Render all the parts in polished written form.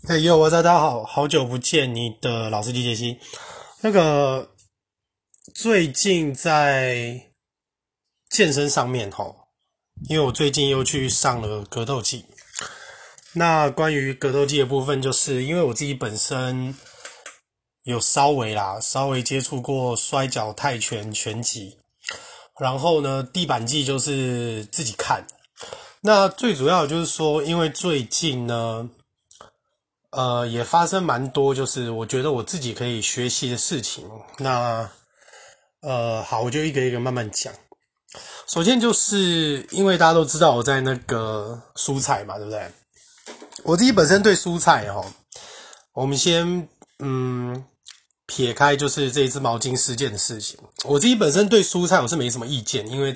嘿哟，大家好，好久不见，你的老司机杰西。那个最近在健身上面吼，因为我最近又去上了格斗技。那关于格斗技的部分，就是因为我自己本身有稍微接触过摔跤、泰拳、拳击，然后呢，地板技就是自己看。那最主要的就是说，因为最近呢，也发生蛮多，就是我觉得我自己可以学习的事情。那好，我就一个一个慢慢讲。首先就是因为大家都知道我在那个蔬菜嘛，对不对？我自己本身对蔬菜我们先撇开就是这一次毛巾事件的事情，我自己本身对蔬菜我是没什么意见，因为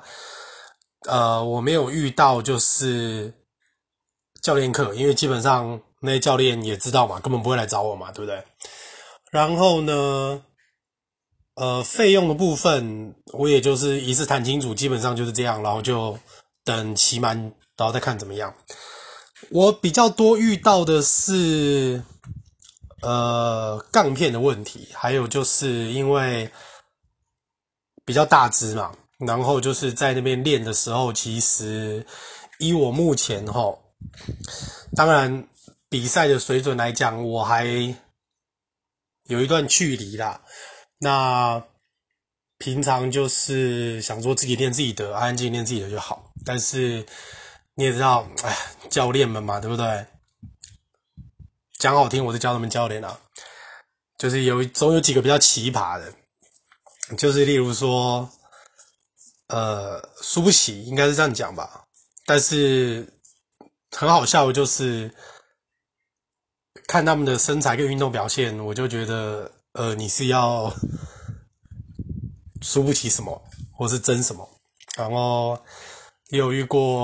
我没有遇到就是教练课，因为基本上那些教练也知道嘛，根本不会来找我嘛，对不对？然后呢，费用的部分我也就是一次谈清楚，基本上就是这样，然后就等期满，然后再看怎么样。我比较多遇到的是杠片的问题，还有就是因为比较大只嘛，然后就是在那边练的时候，其实以我目前当然比赛的水准来讲，我还有一段距离啦。那平常就是想说自己练自己的，安安静静练自己的就好。但是你也知道，哎，教练们嘛，对不对？讲好听，我是教他们教练啊，就是总有几个比较奇葩的，就是例如说，输不起，应该是这样讲吧。但是很好笑的就是看他们的身材跟运动表现，我就觉得，你是要输不起什么，或是争什么。然后也有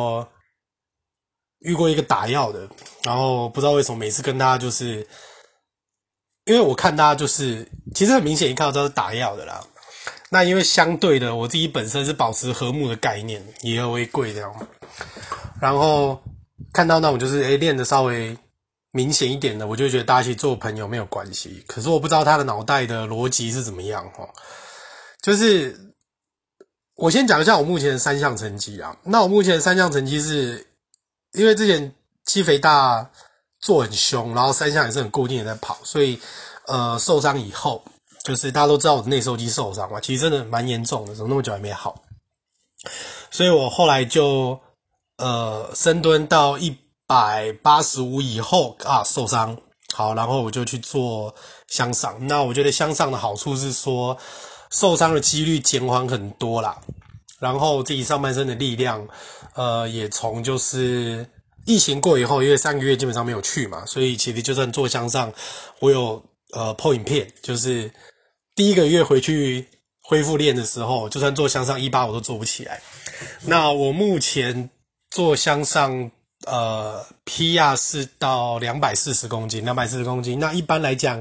遇过一个打药的，然后不知道为什么每次跟他就是，因为我看他就是其实很明显一看到知道是打药的啦。那因为相对的，我自己本身是保持和睦的概念，以和为贵这样。然后看到那种就是练的稍微明显一点的，我就觉得大家一起做朋友没有关系。可是我不知道他的脑袋的逻辑是怎么样就是我先讲一下我目前的3项成绩啊。那我目前的3项成绩是因为之前肌肥大做很凶，然后3项也是很固定的在跑，所以受伤以后，就是大家都知道我的内收肌受伤嘛，其实真的蛮严重的，怎么那么久还没好？所以我后来就深蹲到185以后受伤，好，然后我就去做向上。那我觉得向上的好处是说受伤的几率减缓很多啦，然后自己上半身的力量也从就是疫情过以后，因为3个月基本上没有去嘛，所以其实就算做向上，我有po 影片，就是第1个月回去恢复练的时候，就算做向上185我都做不起来。那我目前做向上PR 是到240公斤，240公斤。那一般来讲，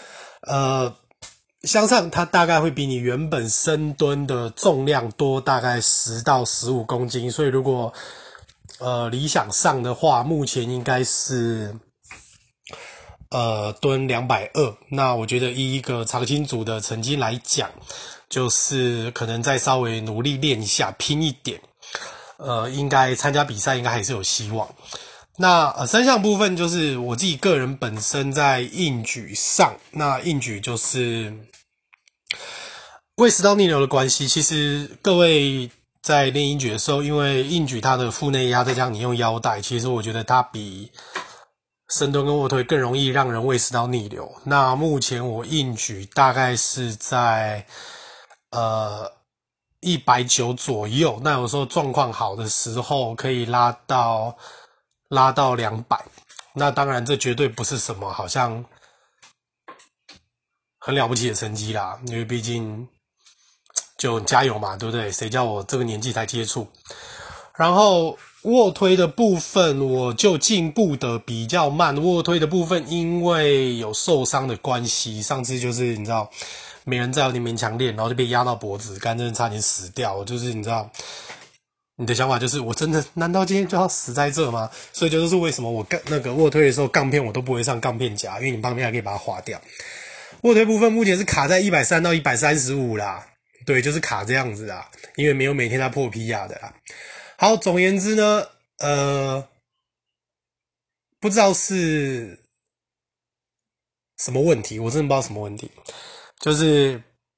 向上它大概会比你原本深蹲的重量多大概10到15公斤，所以如果理想上的话，目前应该是蹲220。那我觉得以一个长青组的成绩来讲，就是可能再稍微努力练一下，拼一点，应该参加比赛应该还是有希望。那3项部分就是我自己个人本身在硬举上，那硬举就是胃食道逆流的关系，其实各位在练硬举的时候，因为硬举它的腹内压再加上你用腰带，其实我觉得它比深蹲跟卧推更容易让人胃食道逆流。那目前我硬举大概是在190左右，那有时候状况好的时候可以拉到200。那当然这绝对不是什么好像很了不起的成绩啦，因为毕竟就加油嘛，对不对？谁叫我这个年纪才接触？然后卧推的部分我就进步的比较慢，卧推的部分因为有受伤的关系，上次就是你知道没人在，有点勉强练，然后就被压到脖子，干真的差点死掉，就是你知道你的想法就是我真的难道今天就要死在这吗？所以就是为什么我那个卧推的时候杠片我都不会上杠片夹，因为你杠片还可以把它划掉。卧推部分目前是卡在130到135啦，对，就是卡这样子啊，因为没有每天在破 PR 的啦。好，总而言之呢，不知道是什么问题，我真的不知道什么问题，就是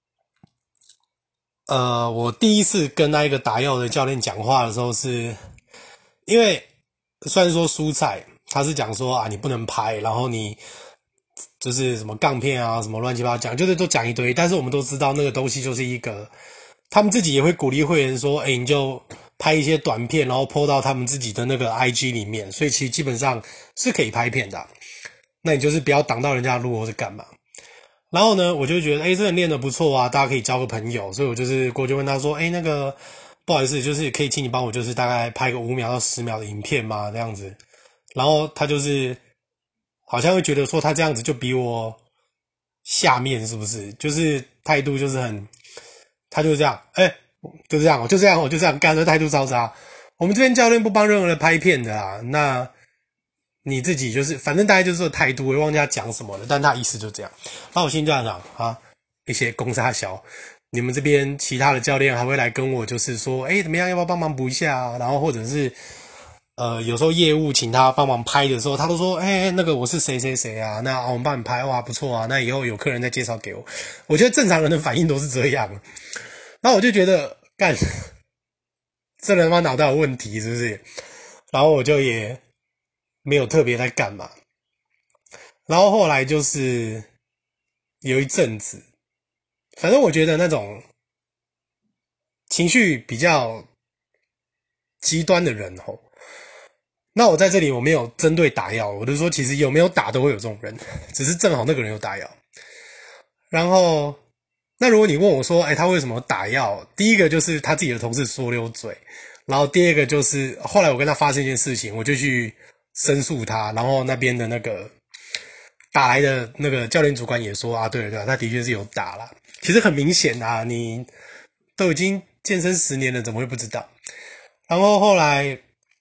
我第一次跟那一个打药的教练讲话的时候是，因为虽然说蔬菜他是讲说啊你不能拍，然后你就是什么杠片啊什么乱七八糟讲，就是都讲一堆，但是我们都知道那个东西就是一个，他们自己也会鼓励会员说，你就拍一些短片，然后 po 到他们自己的那个 IG 里面，所以其实基本上是可以拍片的，那你就是不要挡到人家的路或是干嘛。然后呢，我就觉得，这人练得不错啊，大家可以交个朋友，所以我就是过去问他说，那个不好意思，就是可以请你帮我，就是大概拍个5秒到10秒的影片吗？这样子。然后他就是好像会觉得说他这样子就比我下面，是不是？就是态度就是很，他就是这样，就这样，就这样，我就这样干，这态度超差。我们这边教练不帮任何人拍片的啦，那你自己就是反正大概就是这个态度，我忘记他讲什么了，但他意思就这样。那我心就想啊，一些公差小，你们这边其他的教练还会来跟我就是说，怎么样，要不要帮忙补一下啊？然后或者是有时候业务请他帮忙拍的时候，他都说，那个我是谁谁谁啊，那我们帮你拍，哇，不错啊，那以后有客人再介绍给我。我觉得正常人的反应都是这样，然后我就觉得干，这人他妈脑袋有问题是不是？然后我就也没有特别在干嘛。然后后来就是有一阵子，反正我觉得那种情绪比较极端的人吼，那我在这里我没有针对打药，我就说其实有没有打都会有这种人，只是正好那个人有打药。然后，那如果你问我说，他为什么打药？第一个就是他自己的同事说溜嘴，然后第二个就是后来我跟他发生一件事情，我就去申诉他，然后那边的那个打来的那个教练主管也说啊，对，他的确是有打啦。其实很明显啊，你都已经健身10年了，怎么会不知道？然后后来，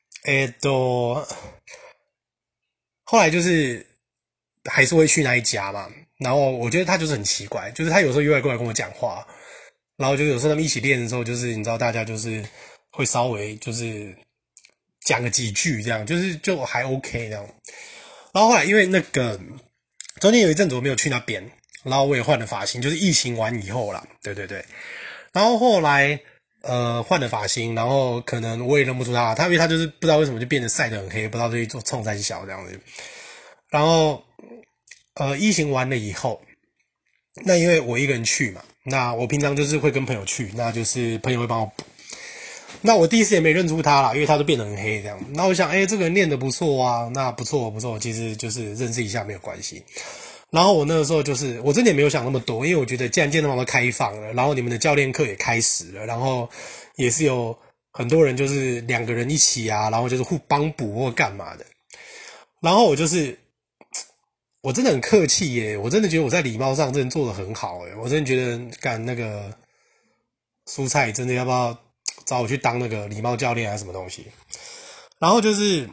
后来就是还是会去那一家嘛。然后我觉得他就是很奇怪，就是他有时候又来过来跟我讲话，然后就有时候他们一起练的时候，就是你知道大家就是会稍微就是讲个几句这样，就是就还 OK 这样。然后后来因为那个中间有一阵子我没有去那边，然后我也换了发型，就是疫情完以后啦，对对对。然后后来换了发型，然后可能我也认不出他，因为他就是不知道为什么就变得晒得很黑，不知道就做冲三小这样子。然后疫情完了以后，那因为我一个人去嘛，那我平常就是会跟朋友去，那就是朋友会帮我补。那我第一次也没认出他啦，因为他都变得很黑这样。那我想，这个人练得不错啊，那不错不错，其实就是认识一下没有关系。然后我那个时候就是我真的也没有想那么多，因为我觉得既然健身房都开放了，然后你们的教练课也开始了，然后也是有很多人就是2个人一起啊，然后就是互帮补或干嘛的。然后我真的很客气耶，我真的觉得我在礼貌上真的做得很好耶，我真的觉得干那个蔬菜真的要不要找我去当那个礼貌教练还是什么东西？然后就是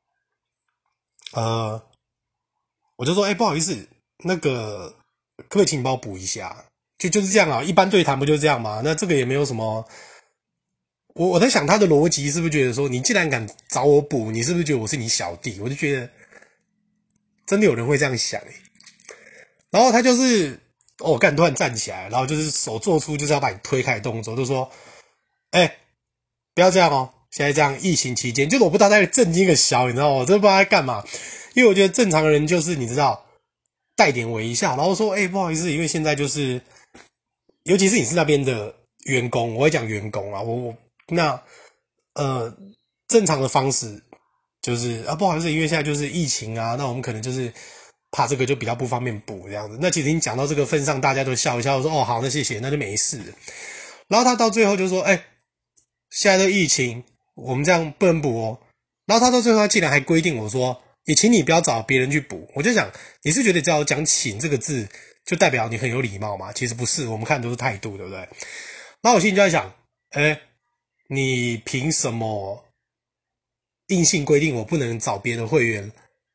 我就说不好意思，那个可不可以请你帮我补一下？就是这样啊，一般对谈不就这样吗？那这个也没有什么。我在想他的逻辑是不是觉得说，你既然敢找我补，你是不是觉得我是你小弟？我就觉得真的有人会这样想然后他就是干突然站起来，然后就是手做出就是要把你推开的动作，就说不要这样哦，现在这样疫情期间，就是我不知道在震惊个小，你知道吗？我真的不知道在干嘛，因为我觉得正常人就是你知道带点微笑，然后说不好意思，因为现在就是尤其是你是那边的员工，我会讲员工啊，我那正常的方式就是不好意思，因为现在就是疫情啊，那我们可能就是怕这个就比较不方便补这样子。那其实你讲到这个份上，大家都笑一笑，说好，那谢谢，那就没事。然后他到最后就说，现在的疫情，我们这样不能补哦。然后他到最后，他竟然还规定我说，也请你不要找别人去补。我就想，你是觉得只要讲请这个字，就代表你很有礼貌吗？其实不是，我们看都是态度，对不对？然后我心里就在想， 你凭什么硬性规定我不能找别的会员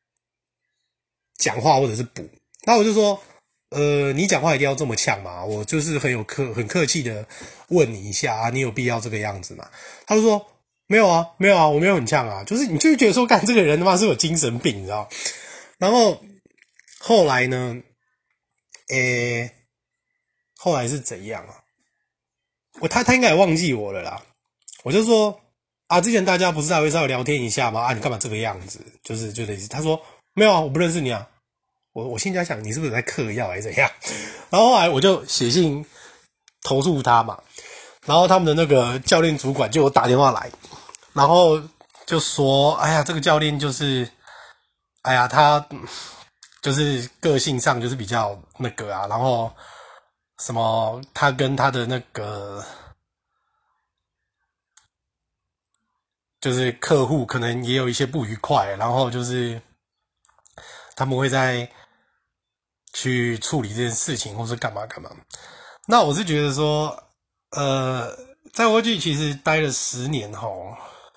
讲话或者是补？那我就说，你讲话一定要这么呛吗？我就是很客气的问你一下啊，你有必要这个样子吗？他就说没有啊，没有啊，我没有很呛啊，就是你就觉得说，干这个人他妈是有精神病，你知道？然后后来呢，后来是怎样啊？他应该也忘记我了啦。我就说啊，之前大家不是还会稍微聊天一下吗？啊，你干嘛这个样子？就类似，他说没有啊，我不认识你啊。我心里在想，你是不是在嗑药还是怎样？然后后来我就写信投诉他嘛，然后他们的那个教练主管就有打电话来，然后就说，哎呀，这个教练就是，哎呀，他就是个性上就是比较那个啊，然后什么，他跟他的那个就是客户可能也有一些不愉快，然后就是他们会在去处理这件事情，或是干嘛干嘛。那我是觉得说，在蜗居其实待了10年吼，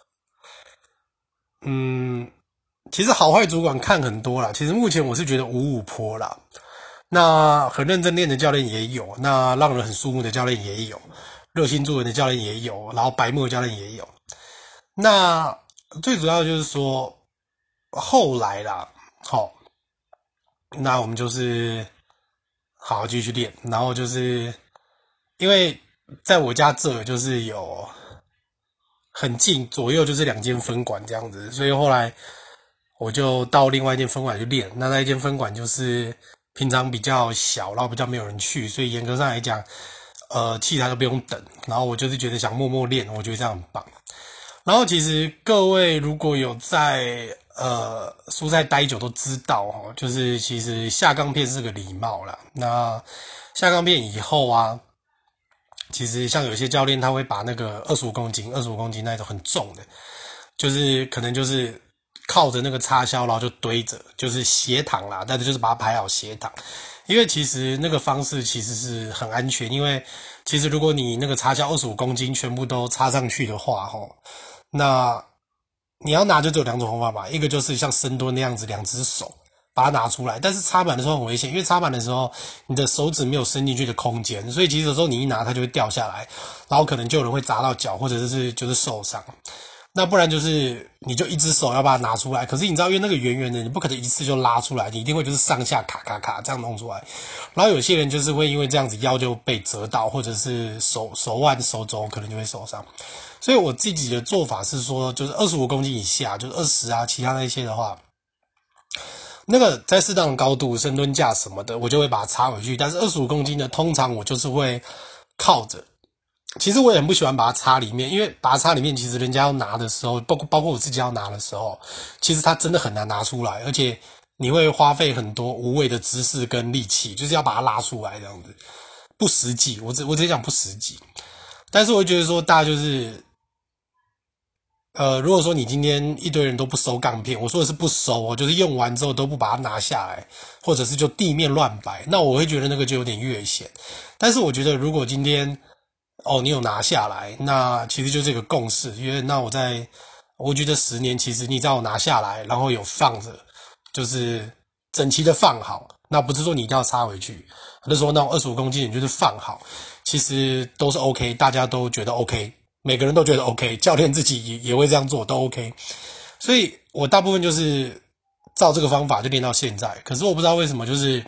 嗯，其实好坏主管看很多啦。其实目前我是觉得五五坡啦。那很认真练的教练也有，那让人很肃穆的教练也有，热心助人的教练也有，然后白目的教练也有。那最主要的就是说，后来啦，好，那我们就是好好继续练，然后就是因为在我家这就是有很近，左右就是2间分馆这样子，所以后来我就到另外一间分馆去练。那一间分馆就是平常比较小，然后比较没有人去，所以严格上来讲，器材都不用等。然后我就是觉得想默默练，我觉得这样很棒。然后其实各位如果有在蔬菜待久都知道哦，就是其实下钢片是个礼貌啦。那下钢片以后啊，其实像有些教练他会把那个25公斤那种很重的，就是可能就是靠着那个插销，然后就堆着，就是斜躺啦，但是就是把它排好斜躺。因为其实那个方式其实是很安全，因为其实如果你那个插销25公斤全部都插上去的话，吼，那你要拿就只有2种方法嘛，一个就是像深蹲那样子，2只手把它拿出来，但是插板的时候很危险，因为插板的时候你的手指没有伸进去的空间，所以其实有时候你一拿它就会掉下来，然后可能就有人会砸到脚，或者是就是受伤。那不然就是你就一只手要把它拿出来，可是你知道因为那个圆圆的，你不可能一次就拉出来，你一定会就是上下卡卡卡这样弄出来。然后有些人就是会因为这样子腰就被折到，或者是手腕手肘可能就会受伤。所以我自己的做法是说，就是25公斤以下，就是20啊，其他那些的话，那个在适当的高度深蹲架什么的，我就会把它插回去。但是25公斤的，通常我就是会靠着。其实我也很不喜欢把它插里面，因为把它插里面，其实人家要拿的时候，包括我自己要拿的时候，其实它真的很难拿出来，而且你会花费很多无谓的知识跟力气，就是要把它拉出来这样子，不实际。我直接讲不实际。但是我觉得说，大家就是如果说你今天一堆人都不收钢片，我说的是不收哦，就是用完之后都不把它拿下来，或者是就地面乱摆，那我会觉得那个就有点越线。但是我觉得如果今天你有拿下来，那其实就是一个共识，因为那我觉得10年其实你只要拿下来，然后有放着，就是整齐的放好，那不是说你一定要插回去，或者说那种25公斤你就是放好，其实都是 OK， 大家都觉得 OK。每个人都觉得 OK， 教练自己也会这样做，都 OK。所以我大部分就是照这个方法就练到现在。可是我不知道为什么，就是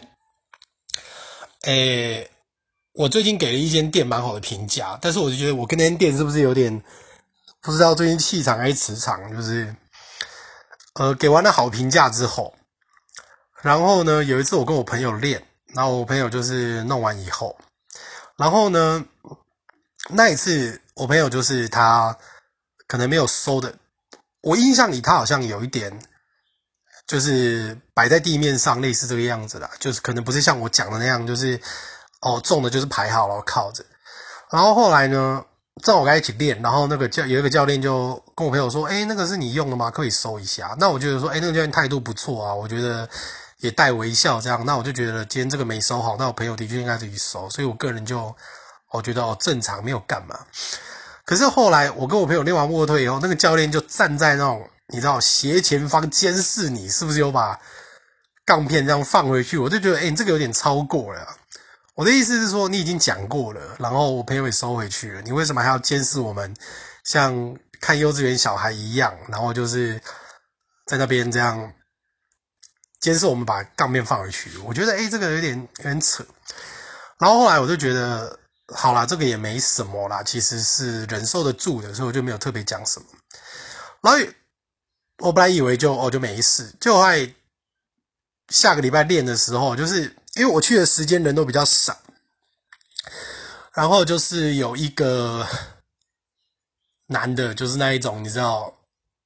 我最近给了一间店蛮好的评价，但是我就觉得我跟那间店是不是有点不知道最近气场还是磁场，就是给完了好评价之后，然后呢有一次我跟我朋友练，然后我朋友就是弄完以后，然后呢那一次我朋友就是他可能没有收的，我印象里他好像有一点就是摆在地面上，类似这个样子啦，就是可能不是像我讲的那样，就是重的就是排好了靠着。然后后来呢，正好我跟他一起练，然后有一个教练就跟我朋友说，那个是你用的吗？可以收一下。那我觉得说，那个教练态度不错啊，我觉得也带微笑这样。那我就觉得今天这个没收好，那我朋友的确应该自己收，所以我个人就我觉得正常没有干嘛。 可是后来我跟我朋友练完卧推以后，那个教练就站在那种你知道斜前方监视你是不是有把杠片这样放回去，我就觉得你这个有点超过了啊。我的意思是说你已经讲过了，然后我朋友也收回去了，你为什么还要监视我们像看幼稚园小孩一样，然后就是在那边这样监视我们把杠片放回去？我觉得这个有点扯。然后后来我就觉得好啦，这个也没什么啦，其实是忍受得住的，所以我就没有特别讲什么。然后我本来以为就没事，就后来下个礼拜练的时候，就是因为我去的时间人都比较少，然后就是有一个男的，就是那一种你知道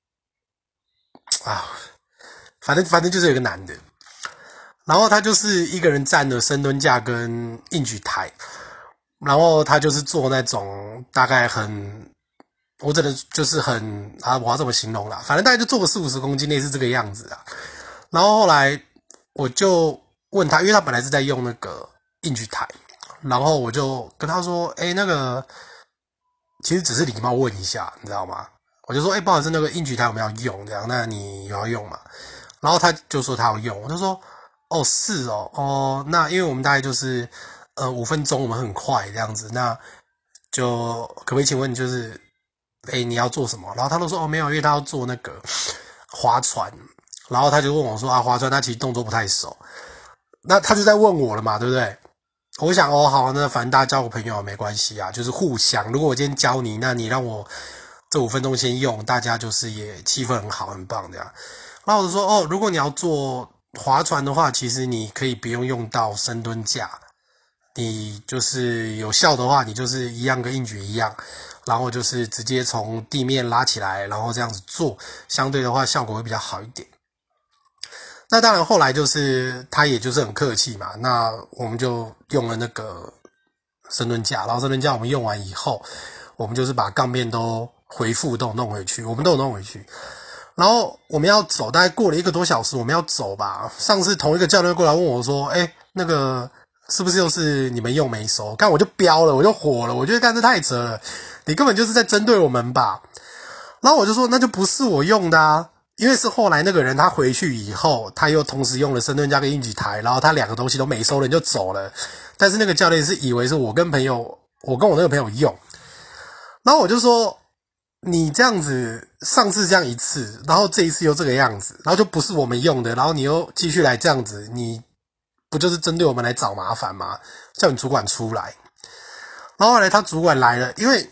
啊，反正就是有一个男的，然后他就是一个人站了深蹲架跟硬举台，然后他就是做那种大概我真的就是我要怎么形容啦？反正大概就做个40-50公斤，类似这个样子啊。然后后来我就问他，因为他本来是在用那个硬举台，然后我就跟他说：“那个其实只是礼貌问一下，你知道吗？”我就说：“不好意思，那个硬举台我们要用，这样，那你有要用吗？”然后他就说他要用，我就说：“哦，是哦，那因为我们大概就是5分钟，我们很快这样子，那就可不可以请问就是你要做什么？”然后他都说：“哦，没有，因为他要做那个划船。”然后他就问我说：“划船他其实动作不太熟。”那他就在问我了嘛，对不对？我想好，那反正大家交个朋友没关系啊，就是互相。如果我今天教你，那你让我这5分钟先用，大家就是也气氛很好，很棒这样。然后我就说：“如果你要做划船的话，其实你可以不用到深蹲架，你就是有效的话，你就是一样跟硬举一样，然后就是直接从地面拉起来，然后这样子做，相对的话效果会比较好一点。”那当然后来就是他也就是很客气嘛，那我们就用了那个深蹲架，然后深蹲架我们用完以后，我们就是把杠片都回复都有弄回去，我们都有弄回去。然后我们要走，大概过了1个多小时，我们要走吧。上次同一个教练过来问我说：“那个是不是又是你们用没收？”干我就飙了，我就火了，我觉得干这太扯了，你根本就是在针对我们吧。然后我就说：“那就不是我用的啊。”因为是后来那个人他回去以后，他又同时用了深蹲架跟硬举台，然后他2个东西都没收了就走了。但是那个教练是以为是我跟我那个朋友用，然后我就说：“你这样子上次这样一次，然后这一次又这个样子，然后就不是我们用的，然后你又继续来这样子，你不就是针对我们来找麻烦吗？叫你主管出来。”然后后来他主管来了，因为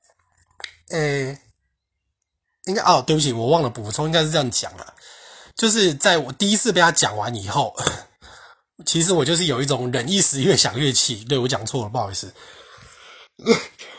应该对不起，我忘了补充，应该是这样讲啦，就是在我第一次被他讲完以后，其实我就是有一种忍一时越想越气，对，我讲错了，不好意思。